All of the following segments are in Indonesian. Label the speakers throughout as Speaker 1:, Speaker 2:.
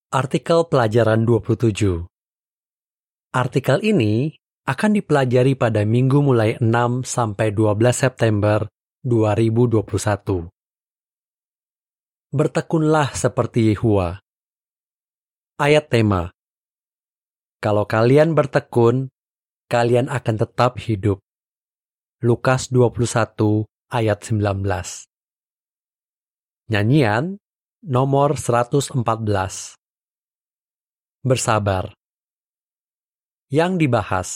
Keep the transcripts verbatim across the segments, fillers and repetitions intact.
Speaker 1: Artikel pelajaran dua puluh tujuh. Artikel ini akan dipelajari pada minggu mulai enam sampai dua belas September dua ribu dua puluh satu. Bertekunlah seperti Yehua. Ayat tema. Kalau kalian bertekun, kalian akan tetap hidup. Lukas dua puluh satu ayat sembilan belas. Nyanyian nomor seratus empat belas. Bersabar. Yang dibahas.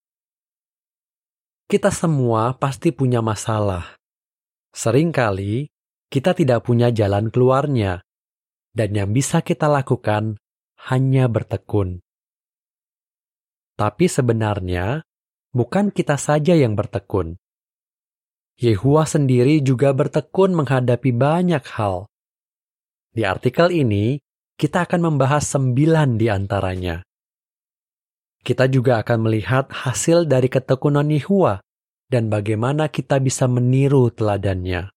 Speaker 1: Kita semua pasti punya masalah. Seringkali kita tidak punya jalan keluarnya, dan yang bisa kita lakukan hanya bertekun. Tapi sebenarnya, bukan kita saja yang bertekun. Yehua sendiri juga bertekun menghadapi banyak hal. Di artikel ini, kita akan membahas sembilan di antaranya. Kita juga akan melihat hasil dari ketekunan Yehua dan bagaimana kita bisa meniru teladannya.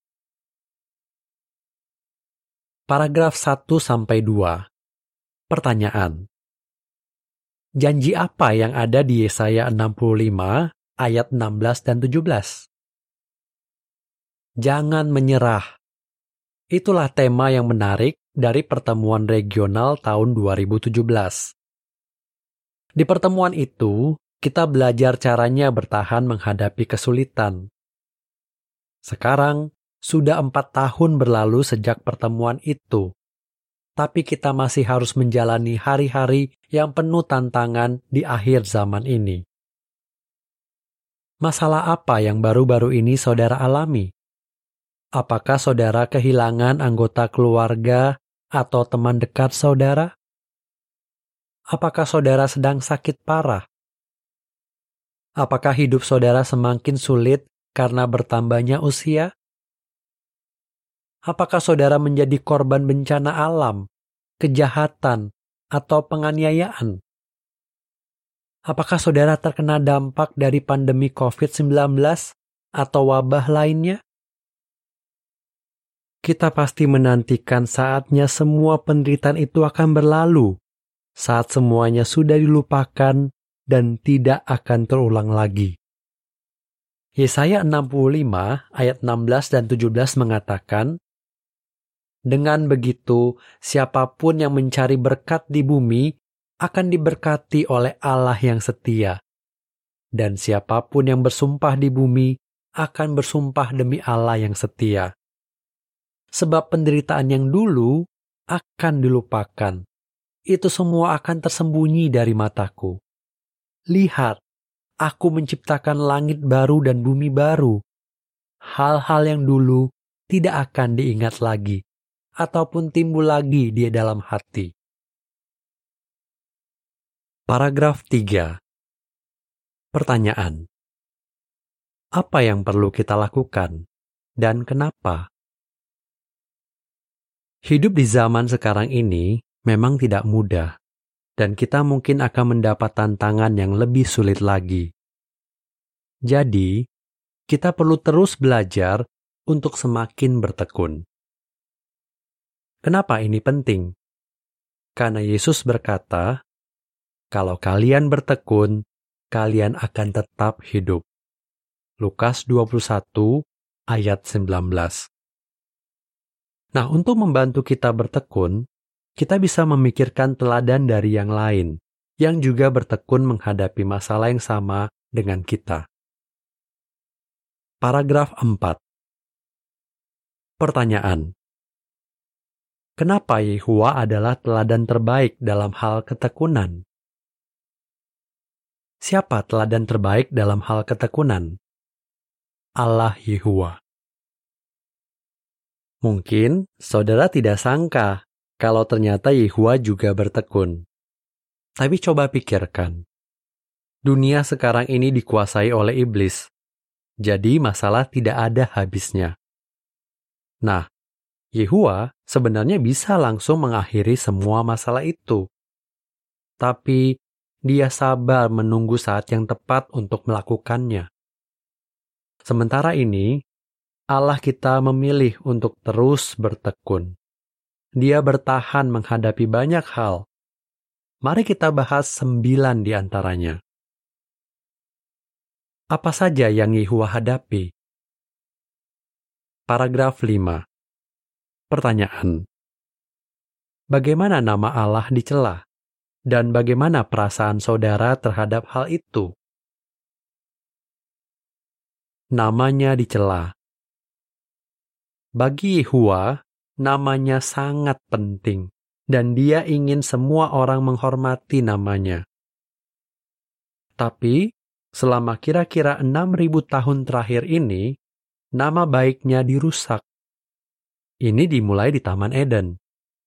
Speaker 1: Paragraf satu sampai dua. Pertanyaan. Janji apa yang ada di Yesaya enam puluh lima ayat enam belas dan tujuh belas? Jangan menyerah. Itulah tema yang menarik dari pertemuan regional tahun dua ribu tujuh belas. Di pertemuan itu, kita belajar caranya bertahan menghadapi kesulitan. Sekarang, sudah empat tahun berlalu sejak pertemuan itu, tapi kita masih harus menjalani hari-hari yang penuh tantangan di akhir zaman ini. Masalah apa yang baru-baru ini saudara alami? Apakah saudara kehilangan anggota keluarga atau teman dekat saudara? Apakah saudara sedang sakit parah? Apakah hidup saudara semakin sulit karena bertambahnya usia? Apakah saudara menjadi korban bencana alam, kejahatan, atau penganiayaan? Apakah saudara terkena dampak dari pandemi covid sembilan belas atau wabah lainnya? Kita pasti menantikan saatnya semua penderitaan itu akan berlalu, saat semuanya sudah dilupakan dan tidak akan terulang lagi. Yesaya enam puluh lima ayat enam belas dan tujuh belas mengatakan, dengan begitu, siapapun yang mencari berkat di bumi akan diberkati oleh Allah yang setia. Dan siapapun yang bersumpah di bumi akan bersumpah demi Allah yang setia. Sebab penderitaan yang dulu akan dilupakan. Itu semua akan tersembunyi dari mataku. Lihat, aku menciptakan langit baru dan bumi baru. Hal-hal yang dulu tidak akan diingat lagi, ataupun timbul lagi di dalam hati. Paragraf tiga. Pertanyaan. Apa yang perlu kita lakukan dan kenapa? Hidup di zaman sekarang ini memang tidak mudah, dan kita mungkin akan mendapat tantangan yang lebih sulit lagi. Jadi, kita perlu terus belajar untuk semakin bertekun. Kenapa ini penting? Karena Yesus berkata, kalau kalian bertekun, kalian akan tetap hidup. Lukas dua puluh satu ayat sembilan belas. Nah, untuk membantu kita bertekun, kita bisa memikirkan teladan dari yang lain, yang juga bertekun menghadapi masalah yang sama dengan kita. Paragraf empat. Pertanyaan. Kenapa Yehua adalah teladan terbaik dalam hal ketekunan? Siapa teladan terbaik dalam hal ketekunan? Allah Yehua. Mungkin saudara tidak sangka kalau ternyata Yehua juga bertekun. Tapi coba pikirkan. Dunia sekarang ini dikuasai oleh iblis. Jadi masalah tidak ada habisnya. Nah, Yehua sebenarnya bisa langsung mengakhiri semua masalah itu. Tapi dia sabar menunggu saat yang tepat untuk melakukannya. Sementara ini, Allah kita memilih untuk terus bertekun. dia bertahan menghadapi banyak hal. Mari kita bahas sembilan di antaranya. Apa saja yang Yehuwa hadapi? Paragraf lima. Pertanyaan. Bagaimana nama Allah dicela? Dan bagaimana perasaan saudara terhadap hal itu? Namanya dicela. Bagi Yehuwa, namanya sangat penting, dan dia ingin semua orang menghormati namanya. Tapi, selama kira-kira enam ribu tahun terakhir ini, nama baiknya dirusak. Ini dimulai di Taman Eden.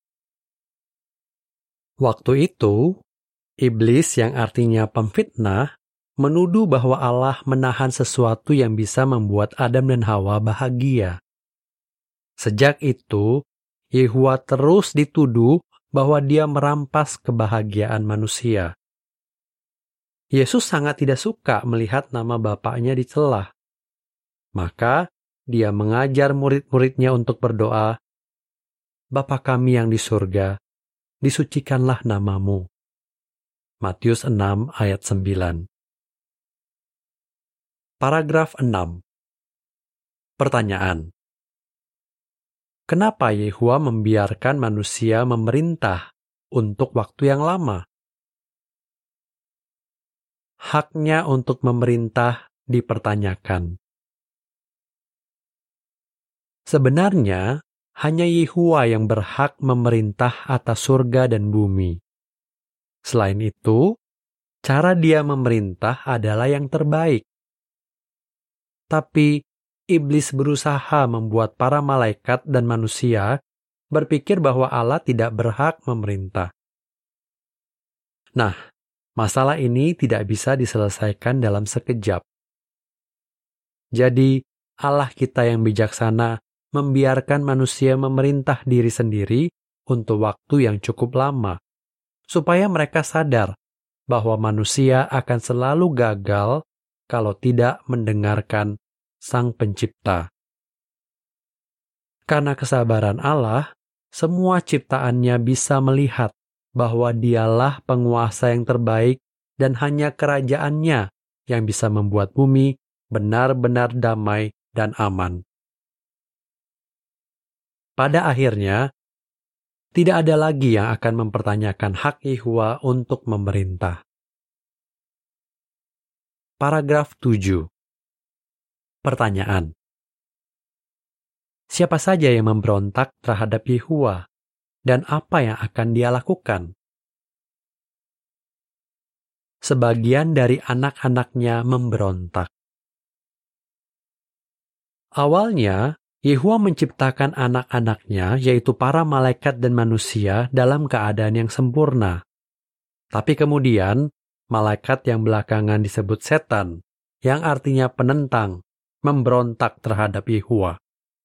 Speaker 1: Waktu itu, iblis yang artinya pemfitnah, menuduh bahwa Allah menahan sesuatu yang bisa membuat Adam dan Hawa bahagia. Sejak itu, Yehuwa terus dituduh bahwa dia merampas kebahagiaan manusia. Yesus sangat tidak suka melihat nama Bapaknya dicela. Maka, dia mengajar murid-muridnya untuk berdoa, Bapa kami yang di surga, disucikanlah namamu. Matius enam ayat sembilan. Paragraf enam. Pertanyaan. Kenapa Yehuwa membiarkan manusia memerintah untuk waktu yang lama? Haknya untuk memerintah dipertanyakan. Sebenarnya, hanya Yehuwa yang berhak memerintah atas surga dan bumi. Selain itu, cara dia memerintah adalah yang terbaik. Tapi, iblis berusaha membuat para malaikat dan manusia berpikir bahwa Allah tidak berhak memerintah. Nah, masalah ini tidak bisa diselesaikan dalam sekejap. Jadi, Allah kita yang bijaksana membiarkan manusia memerintah diri sendiri untuk waktu yang cukup lama, supaya mereka sadar bahwa manusia akan selalu gagal kalau tidak mendengarkan Sang Pencipta. Karena kesabaran Allah, semua ciptaannya bisa melihat bahwa dialah penguasa yang terbaik dan hanya kerajaannya yang bisa membuat bumi benar-benar damai dan aman. Pada akhirnya, tidak ada lagi yang akan mempertanyakan hak Yehuwa untuk memerintah. Paragraf tujuh. Pertanyaan. Siapa saja yang memberontak terhadap Yehuwa, dan apa yang akan dia lakukan? Sebagian dari anak-anaknya memberontak. Awalnya, Yehuwa menciptakan anak-anaknya, yaitu para malaikat dan manusia, dalam keadaan yang sempurna. Tapi kemudian, malaikat yang belakangan disebut setan, yang artinya penentang, memberontak terhadap Yehuwa.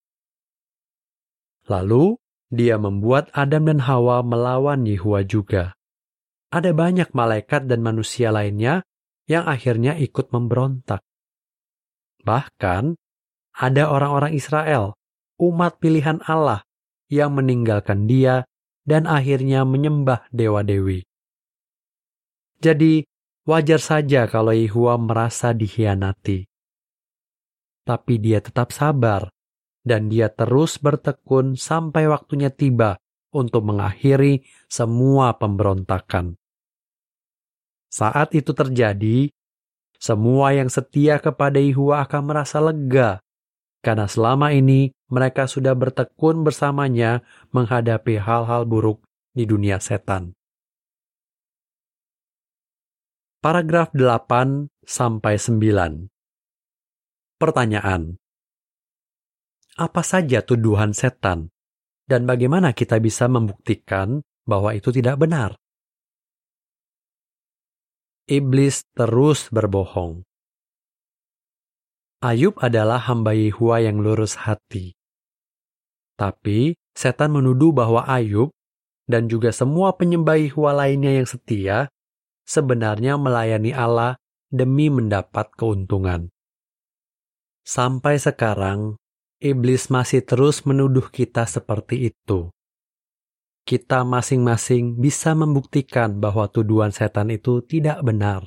Speaker 1: Lalu, dia membuat Adam dan Hawa melawan Yehuwa juga. Ada banyak malaikat dan manusia lainnya yang akhirnya ikut memberontak. Bahkan, ada orang-orang Israel, umat pilihan Allah, yang meninggalkan dia dan akhirnya menyembah dewa-dewi. Jadi, wajar saja kalau Yehuwa merasa dikhianati. Tapi dia tetap sabar, dan dia terus bertekun sampai waktunya tiba untuk mengakhiri semua pemberontakan. Saat itu terjadi, semua yang setia kepada Yehuwa akan merasa lega, karena selama ini mereka sudah bertekun bersamanya menghadapi hal-hal buruk di dunia setan. Paragraf delapan sampai sembilan. Pertanyaan. Apa saja tuduhan setan, dan bagaimana kita bisa membuktikan bahwa itu tidak benar? Iblis terus berbohong. Ayub adalah hamba Yehuwa yang lurus hati. Tapi, setan menuduh bahwa Ayub dan juga semua penyembah Yehuwa lainnya yang setia sebenarnya melayani Allah demi mendapat keuntungan. Sampai sekarang, iblis masih terus menuduh kita seperti itu. kita masing-masing bisa membuktikan bahwa tuduhan setan itu tidak benar.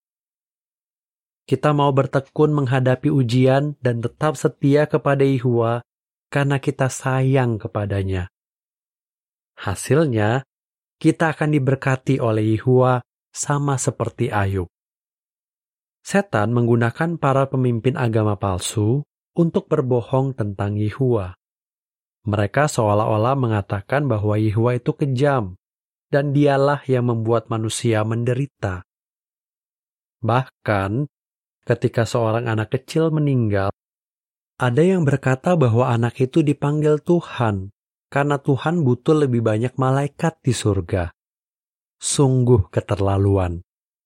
Speaker 1: Kita mau bertekun menghadapi ujian dan tetap setia kepada Yehova karena kita sayang kepadanya. Hasilnya, kita akan diberkati oleh Yehova sama seperti Ayub. Setan menggunakan para pemimpin agama palsu untuk berbohong tentang Yehova. Mereka seolah-olah mengatakan bahwa Yehova itu kejam dan dialah yang membuat manusia menderita. Bahkan, ketika seorang anak kecil meninggal, ada yang berkata bahwa anak itu dipanggil Tuhan karena Tuhan butuh lebih banyak malaikat di surga. Sungguh keterlaluan.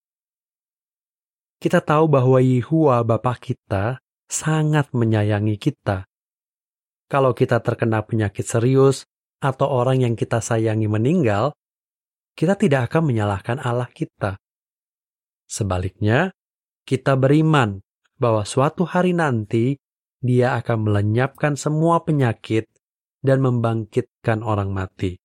Speaker 1: Kita tahu bahwa Yehova Bapa kita sangat menyayangi kita. Kalau kita terkena penyakit serius atau orang yang kita sayangi meninggal, kita tidak akan menyalahkan Allah kita. Sebaliknya, kita beriman bahwa suatu hari nanti Dia akan melenyapkan semua penyakit dan membangkitkan orang mati.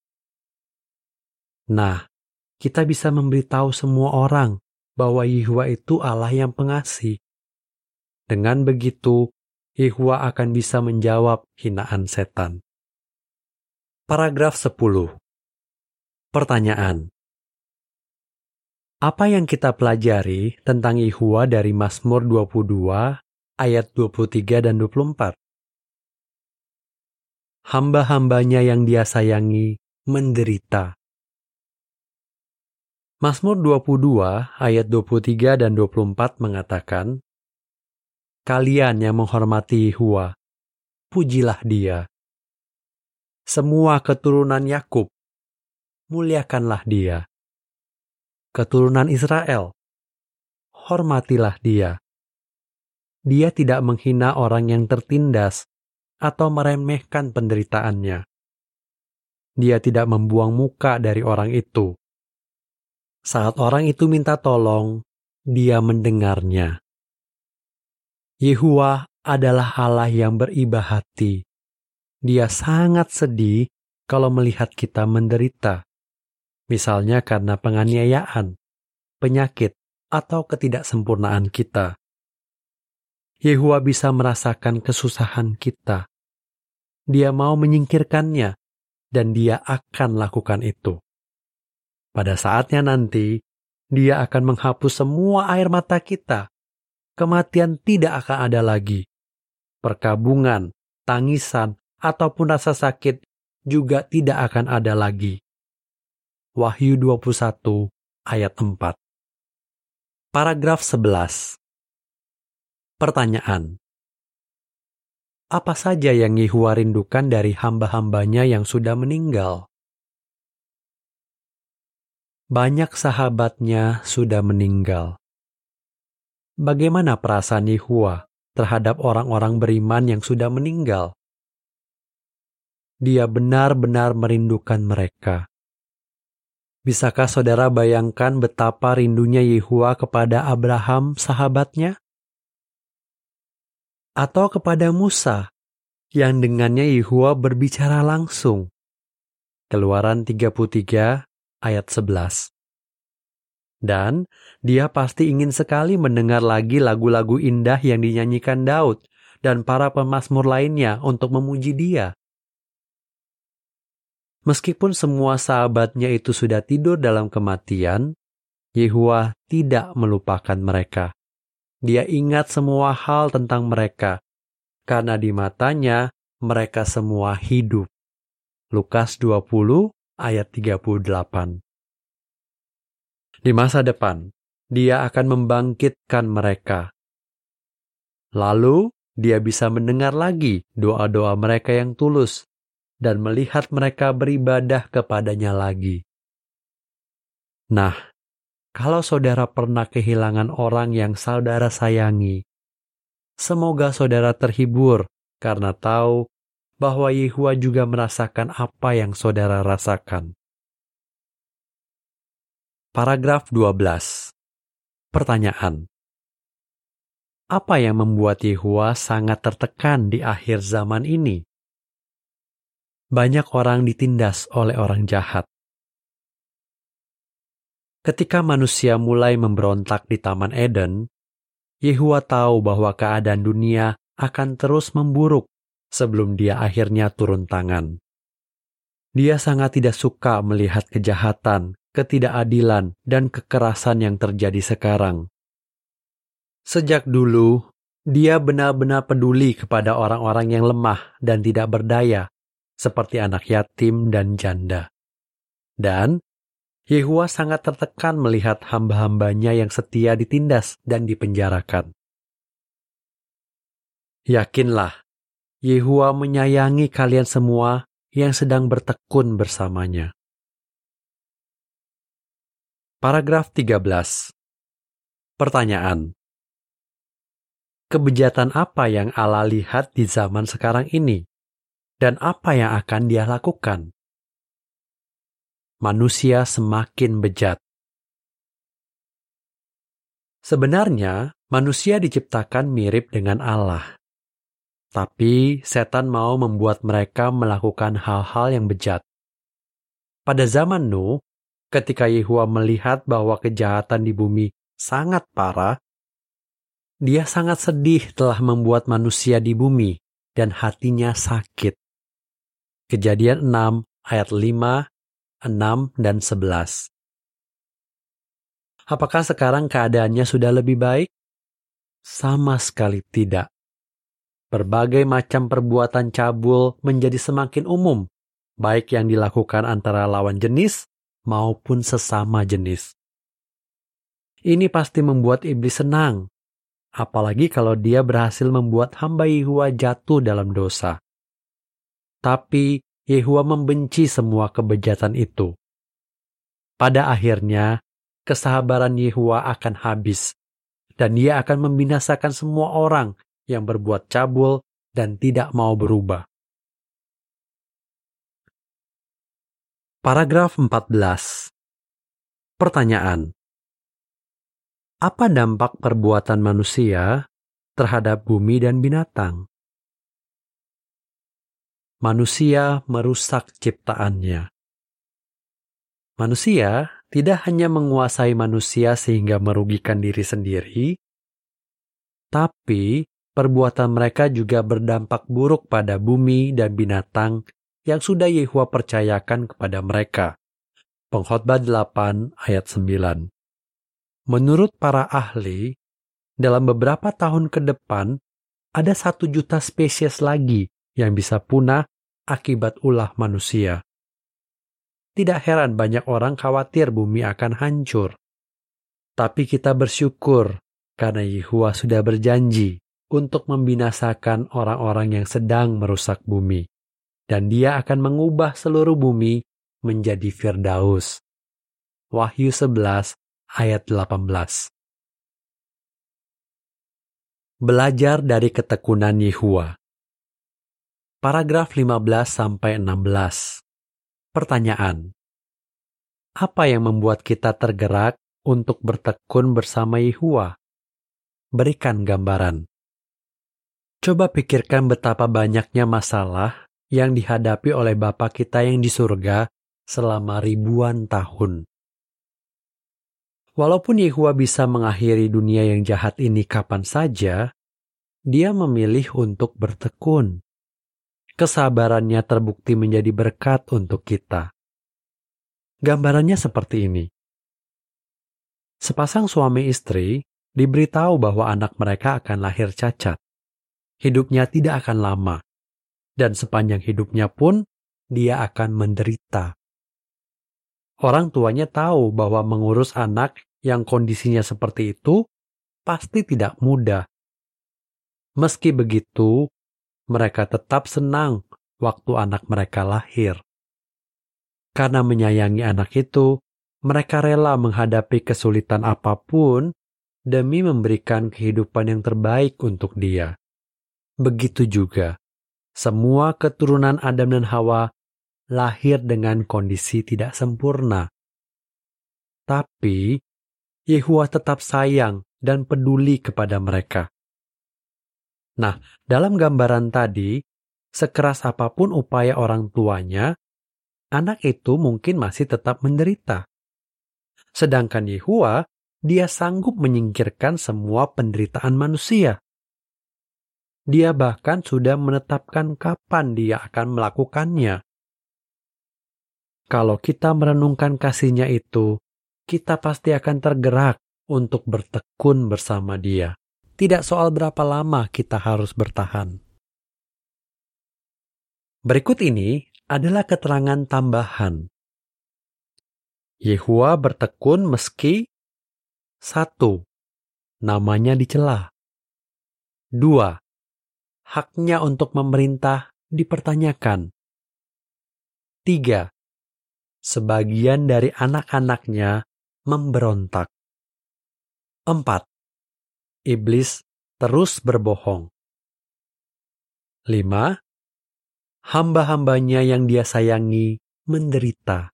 Speaker 1: Nah, kita bisa memberitahu semua orang bahwa Yehova itu Allah yang pengasih. Dengan begitu, Yehova akan bisa menjawab hinaan setan. Paragraf sepuluh. Pertanyaan. Apa yang kita pelajari tentang Yehova dari Mazmur dua puluh dua ayat dua puluh tiga dan dua puluh empat? Hamba-hambanya yang Dia sayangi menderita. Mazmur dua puluh dua ayat dua puluh tiga dan dua puluh empat mengatakan, kalian yang menghormati Yehova, pujilah Dia. Semua keturunan Yakub, muliakanlah Dia. Keturunan Israel, hormatilah Dia. Dia tidak menghina orang yang tertindas atau meremehkan penderitaannya. Dia tidak membuang muka dari orang itu. Saat orang itu minta tolong, Dia mendengarnya. Yehova adalah Allah yang beribah hati. Dia sangat sedih kalau melihat kita menderita. Misalnya karena penganiayaan, penyakit, atau ketidaksempurnaan kita. Yehova bisa merasakan kesusahan kita. Dia mau menyingkirkannya, dan Dia akan lakukan itu. Pada saatnya nanti, Dia akan menghapus semua air mata kita. Kematian tidak akan ada lagi. Perkabungan, tangisan, ataupun rasa sakit juga tidak akan ada lagi. Wahyu dua puluh satu ayat empat. Paragraf sebelas. Pertanyaan. Apa saja yang Yehova rindukan dari hamba-hambanya yang sudah meninggal? Banyak sahabatnya sudah meninggal. Bagaimana perasaan Yehova terhadap orang-orang beriman yang sudah meninggal? Dia benar-benar merindukan mereka. Bisakah saudara bayangkan betapa rindunya Yehova kepada Abraham, sahabatnya? Atau kepada Musa, yang dengannya Yehova berbicara langsung? Keluaran tiga puluh tiga ayat sebelas. Dan dia pasti ingin sekali mendengar lagi lagu-lagu indah yang dinyanyikan Daud dan para pemazmur lainnya untuk memuji Dia. Meskipun semua sahabatnya itu sudah tidur dalam kematian, Yehova tidak melupakan mereka. Dia ingat semua hal tentang mereka, karena di matanya mereka semua hidup. Lukas dua puluh ayat tiga puluh delapan. Di masa depan, Dia akan membangkitkan mereka. Lalu, Dia bisa mendengar lagi doa-doa mereka yang tulus dan melihat mereka beribadah kepadanya lagi. Nah, kalau saudara pernah kehilangan orang yang saudara sayangi, semoga saudara terhibur karena tahu bahwa Yehova juga merasakan apa yang saudara rasakan. Paragraf dua belas. Pertanyaan. Apa yang membuat Yehova sangat tertekan di akhir zaman ini? banyak orang ditindas oleh orang jahat. Ketika manusia mulai memberontak di Taman Eden, Yehuwa tahu bahwa keadaan dunia akan terus memburuk sebelum dia akhirnya turun tangan. Dia sangat tidak suka melihat kejahatan, ketidakadilan, dan kekerasan yang terjadi sekarang. Sejak dulu, dia benar-benar peduli kepada orang-orang yang lemah dan tidak berdaya, seperti anak yatim dan janda. Dan Yehuwa sangat tertekan melihat hamba-hambanya yang setia ditindas dan dipenjarakan. Yakinlah, Yehuwa menyayangi kalian semua yang sedang bertekun bersamanya. Paragraf tiga belas. Pertanyaan. Kebejatan apa yang Allah lihat di zaman sekarang ini? Dan apa yang akan dia lakukan? Manusia semakin bejat. Sebenarnya, manusia diciptakan mirip dengan Allah. Tapi, setan mau membuat mereka melakukan hal-hal yang bejat. Pada zaman Nuh, ketika Yehuwa melihat bahwa kejahatan di bumi sangat parah, dia sangat sedih telah membuat manusia di bumi dan hatinya sakit. Kejadian enam ayat lima, enam, dan sebelas. Apakah sekarang keadaannya sudah lebih baik? Sama sekali tidak. Berbagai macam perbuatan cabul menjadi semakin umum, baik yang dilakukan antara lawan jenis maupun sesama jenis. Ini pasti membuat iblis senang, apalagi kalau dia berhasil membuat hamba Yehuwa jatuh dalam dosa. Tapi Yehuwa membenci semua kebejatan itu. Pada akhirnya, kesabaran Yehuwa akan habis, dan dia akan membinasakan semua orang yang berbuat cabul dan tidak mau berubah. Paragraf empat belas. Pertanyaan. Apa dampak perbuatan manusia terhadap bumi dan binatang? Manusia merusak ciptaannya. Manusia tidak hanya menguasai manusia sehingga merugikan diri sendiri, tapi perbuatan mereka juga berdampak buruk pada bumi dan binatang yang sudah Yehuwa percayakan kepada mereka. Pengkhotbah delapan ayat sembilan. Menurut para ahli, dalam beberapa tahun ke depan, ada satu juta spesies lagi yang bisa punah akibat ulah manusia. Tidak heran banyak orang khawatir bumi akan hancur. Tapi kita bersyukur karena Yehuwa sudah berjanji untuk membinasakan orang-orang yang sedang merusak bumi. Dan dia akan mengubah seluruh bumi menjadi Firdaus. Wahyu sebelas ayat delapan belas. Belajar dari ketekunan Yehuwa. Paragraf lima belas sampai enam belas. Pertanyaan. Apa yang membuat kita tergerak untuk bertekun bersama Yehuwa? Berikan gambaran. Coba pikirkan betapa banyaknya masalah yang dihadapi oleh Bapa kita yang di surga selama ribuan tahun. Walaupun Yehuwa bisa mengakhiri dunia yang jahat ini kapan saja, dia memilih untuk bertekun. Kesabarannya terbukti menjadi berkat untuk kita. Gambarannya seperti ini. Sepasang suami istri diberitahu bahwa anak mereka akan lahir cacat. Hidupnya tidak akan lama, dan sepanjang hidupnya pun dia akan menderita. Orang tuanya tahu bahwa mengurus anak yang kondisinya seperti itu pasti tidak mudah. Meski begitu, mereka tetap senang waktu anak mereka lahir. Karena menyayangi anak itu, mereka rela menghadapi kesulitan apapun demi memberikan kehidupan yang terbaik untuk dia. Begitu juga, semua keturunan Adam dan Hawa lahir dengan kondisi tidak sempurna. Tapi, Yehuwa tetap sayang dan peduli kepada mereka. Nah, dalam gambaran tadi, sekeras apapun upaya orang tuanya, anak itu mungkin masih tetap menderita. Sedangkan Yehua, dia sanggup menyingkirkan semua penderitaan manusia. Dia bahkan sudah menetapkan kapan dia akan melakukannya. Kalau kita merenungkan kasih-Nya itu, kita pasti akan tergerak untuk bertekun bersama Dia. Tidak soal berapa lama kita harus bertahan. Berikut ini adalah keterangan tambahan. Yehua bertekun meski satu. Namanya dicela. Dua. Haknya untuk memerintah dipertanyakan. Tiga. Sebagian dari anak-anaknya memberontak. Empat. Iblis terus berbohong. Lima. Hamba-hambanya yang Dia sayangi menderita.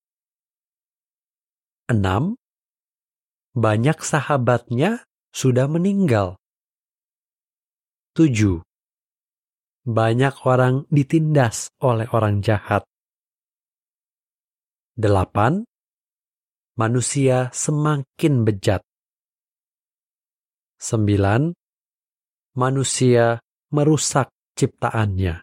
Speaker 1: Enam. Banyak sahabatnya sudah meninggal. Tujuh. Banyak orang ditindas oleh orang jahat. Delapan. Manusia semakin bejat. Sembilan. Manusia merusak ciptaannya.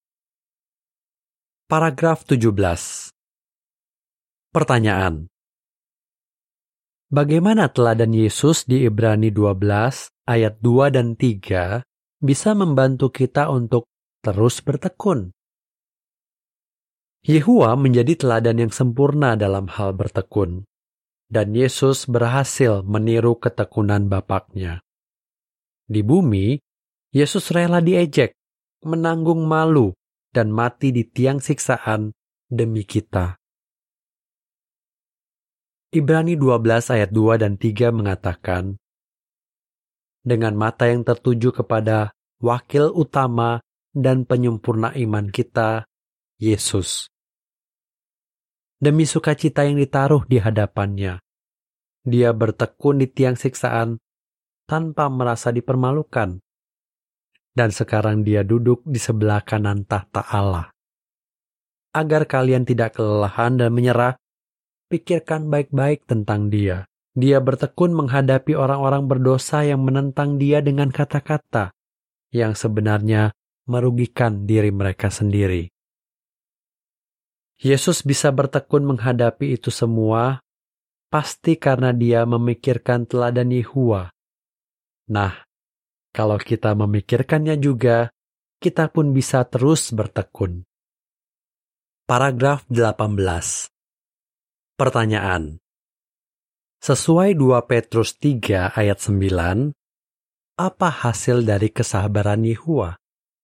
Speaker 1: Paragraf tujuh belas. Pertanyaan. Bagaimana teladan Yesus di Ibrani dua belas ayat dua dan tiga bisa membantu kita untuk terus bertekun? Yehua menjadi teladan yang sempurna dalam hal bertekun, dan Yesus berhasil meniru ketekunan Bapaknya. Di bumi, Yesus rela diejek, menanggung malu, dan mati di tiang siksaan demi kita. Ibrani dua belas ayat dua dan tiga mengatakan, dengan mata yang tertuju kepada wakil utama dan penyempurna iman kita, Yesus. Demi sukacita yang ditaruh di hadapannya, Dia bertekun di tiang siksaan tanpa merasa dipermalukan. Dan sekarang Dia duduk di sebelah kanan tahta Allah. Agar kalian tidak kelelahan dan menyerah, pikirkan baik-baik tentang Dia. Dia bertekun menghadapi orang-orang berdosa yang menentang Dia dengan kata-kata yang sebenarnya merugikan diri mereka sendiri. Yesus bisa bertekun menghadapi itu semua, pasti karena Dia memikirkan teladan Yehua. Nah, kalau kita memikirkannya juga, kita pun bisa terus bertekun. Paragraf delapan belas. Pertanyaan. Sesuai dua Petrus tiga ayat sembilan, apa hasil dari kesabaran Yehua?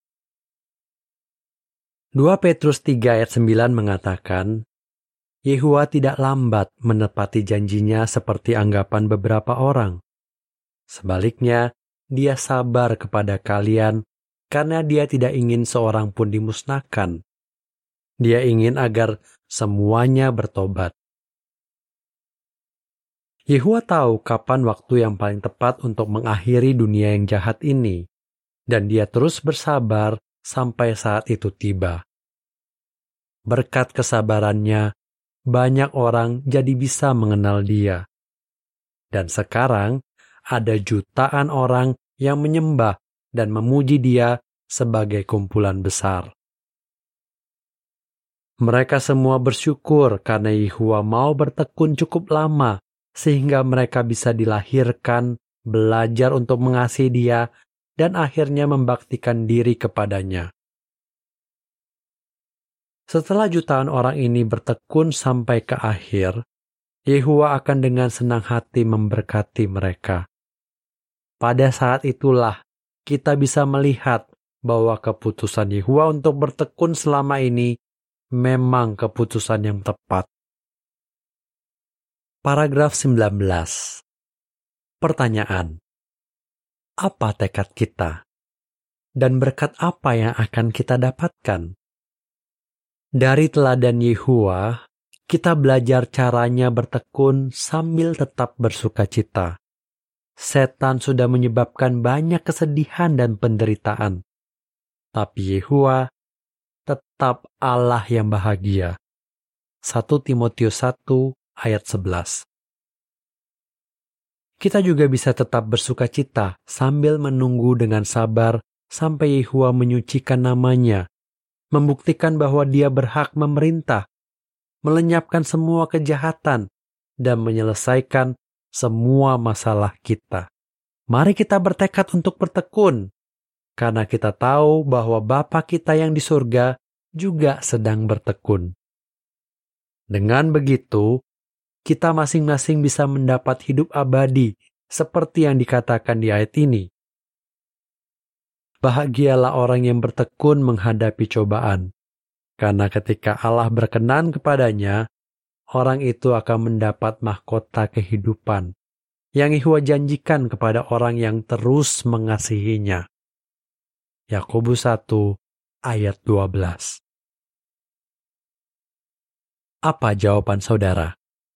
Speaker 1: dua Petrus tiga ayat sembilan mengatakan, Yehua tidak lambat menepati janjinya seperti anggapan beberapa orang. Sebaliknya, Dia sabar kepada kalian karena Dia tidak ingin seorang pun dimusnahkan. Dia ingin agar semuanya bertobat. Yehua tahu kapan waktu yang paling tepat untuk mengakhiri dunia yang jahat ini, dan Dia terus bersabar sampai saat itu tiba. Berkat kesabarannya, banyak orang jadi bisa mengenal Dia. Dan sekarang, ada jutaan orang yang menyembah dan memuji Dia sebagai kumpulan besar. Mereka semua bersyukur karena Yehua mau bertekun cukup lama, sehingga mereka bisa dilahirkan, belajar untuk mengasihi Dia, dan akhirnya membaktikan diri kepadanya. Setelah jutaan orang ini bertekun sampai ke akhir, Yehua akan dengan senang hati memberkati mereka. Pada saat itulah kita bisa melihat bahwa keputusan Yehua untuk bertekun selama ini memang keputusan yang tepat. Paragraf sembilan belas. Pertanyaan. Apa tekad kita? Dan berkat apa yang akan kita dapatkan? Dari teladan Yehua, kita belajar caranya bertekun sambil tetap bersukacita. Setan sudah menyebabkan banyak kesedihan dan penderitaan. Tapi Yehua, tetap Allah yang bahagia. satu Timotius satu ayat sebelas. Kita juga bisa tetap bersuka cita sambil menunggu dengan sabar sampai Yehuwa menyucikan namanya, membuktikan bahwa Dia berhak memerintah, melenyapkan semua kejahatan, dan menyelesaikan semua masalah kita. Mari kita bertekad untuk bertekun, karena kita tahu bahwa Bapa kita yang di surga juga sedang bertekun. Dengan begitu, kita masing-masing bisa mendapat hidup abadi seperti yang dikatakan di ayat ini. Bahagialah orang yang bertekun menghadapi cobaan, karena ketika Allah berkenan kepadanya, orang itu akan mendapat mahkota kehidupan yang Yehuwa janjikan kepada orang yang terus mengasihinya. Yakobus satu ayat dua belas. Apa jawaban saudara?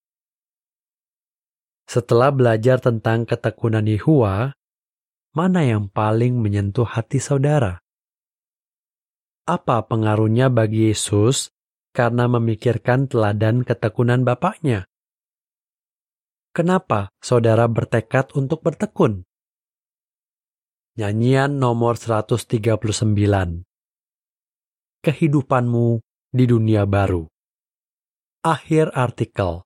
Speaker 1: Setelah belajar tentang ketekunan Yehuwa, mana yang paling menyentuh hati saudara? Apa pengaruhnya bagi Yesus karena memikirkan teladan ketekunan Bapaknya? Kenapa saudara bertekad untuk bertekun? Nyanyian nomor seratus tiga puluh sembilan. Kehidupanmu di dunia baru. Akhir artikel.